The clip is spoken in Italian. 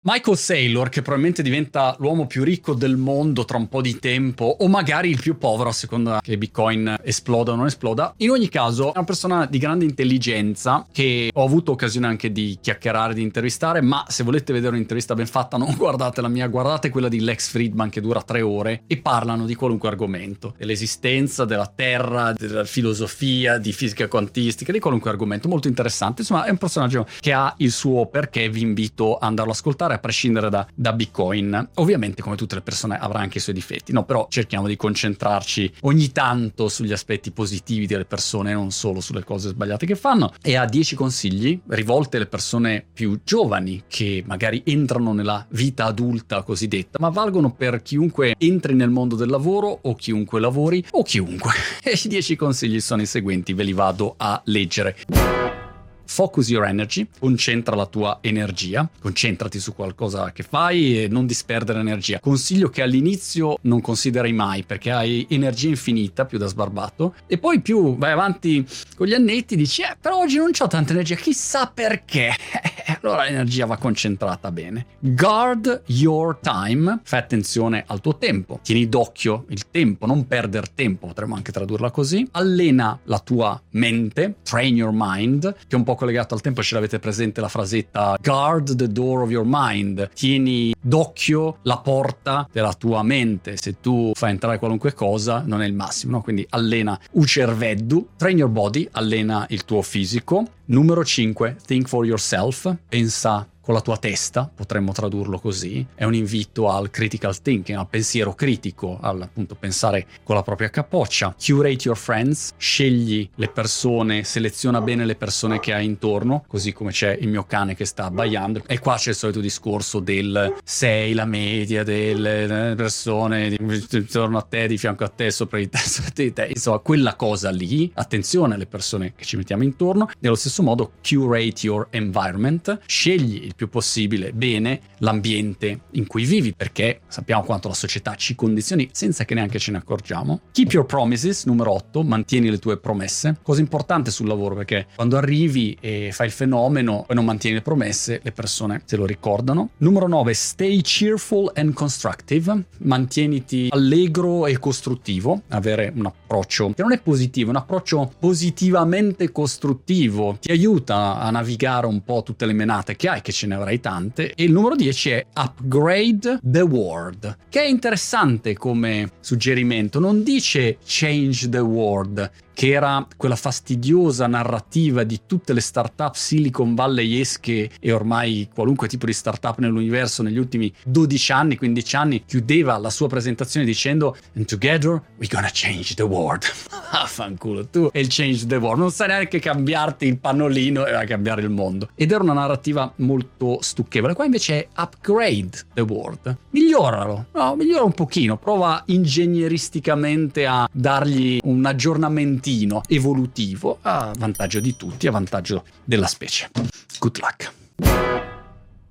Michael Saylor, che probabilmente diventa l'uomo più ricco del mondo tra un po' di tempo, o magari il più povero a seconda che Bitcoin esploda o non esploda. In ogni caso è una persona di grande intelligenza che ho avuto occasione anche di chiacchierare, di intervistare, ma se volete vedere un'intervista ben fatta non guardate la mia, guardate quella di Lex Fridman che dura 3 ore e parlano di qualunque argomento, dell'esistenza, della Terra, della filosofia, di fisica quantistica, di qualunque argomento, molto interessante. Insomma è un personaggio che ha il suo perché, vi invito ad andarlo a ascoltare a prescindere da Bitcoin. Ovviamente come tutte le persone avrà anche i suoi difetti, no? Però cerchiamo di concentrarci ogni tanto sugli aspetti positivi delle persone, non solo sulle cose sbagliate che fanno, e ha 10 consigli rivolti alle persone più giovani che magari entrano nella vita adulta cosiddetta, ma valgono per chiunque entri nel mondo del lavoro o chiunque lavori o chiunque. E i 10 consigli sono i seguenti, ve li vado a leggere. Focus your energy, concentra la tua energia, concentrati su qualcosa che fai e non disperdere energia. Consiglio che all'inizio non consideri mai, perché hai energia infinita, più da sbarbato, e poi più vai avanti con gli annetti dici però oggi non c'ho tanta energia, chissà perché. Allora l'energia va concentrata bene. Guard your time, fai attenzione al tuo tempo, tieni d'occhio il tempo, non perdere tempo, potremmo anche tradurla così. Allena la tua mente, train your mind, che è un po' collegato al tempo, ce l'avete presente la frasetta guard the door of your mind, tieni d'occhio la porta della tua mente, se tu fai entrare qualunque cosa non è il massimo, no? Quindi allena u cerveddu, train your body, allena il tuo fisico. Numero 5, think for yourself, pensa con la tua testa, potremmo tradurlo così, è un invito al critical thinking, al pensiero critico, al appunto pensare con la propria capoccia. Curate your friends, scegli le persone, seleziona bene le persone che hai intorno, così come c'è il mio cane che sta abbaiando, e qua c'è il solito discorso del sei la media delle persone intorno a te, di fianco a te, sopra di te, sotto di te, insomma quella cosa lì, attenzione alle persone che ci mettiamo intorno. Nello stesso modo curate your environment, scegli il più possibile bene l'ambiente in cui vivi, perché sappiamo quanto la società ci condizioni senza che neanche ce ne accorgiamo. Keep your promises, numero 8, mantieni le tue promesse, cosa importante sul lavoro, perché quando arrivi e fai il fenomeno e non mantieni le promesse, le persone se lo ricordano. Numero 9, stay cheerful and constructive, mantieniti allegro e costruttivo, avere un approccio che non è positivo, un approccio positivamente costruttivo ti aiuta a navigare un po' tutte le menate che hai, che ce ne avrai tante. E il numero 10 è upgrade the world, che è interessante come suggerimento, non dice change the world, che era quella fastidiosa narrativa di tutte le startup Silicon Valleyesche e ormai qualunque tipo di startup nell'universo negli ultimi 12 anni, 15 anni, chiudeva la sua presentazione dicendo and together we're gonna change the world. Fanculo, tu e il change the world, non sai neanche cambiarti il pannolino e cambiare il mondo. Ed era una narrativa molto stucchevole. Qua invece è upgrade the world, miglioralo, no, migliora un pochino, prova ingegneristicamente a dargli un aggiornamentino evolutivo a vantaggio di tutti, a vantaggio della specie. Good luck.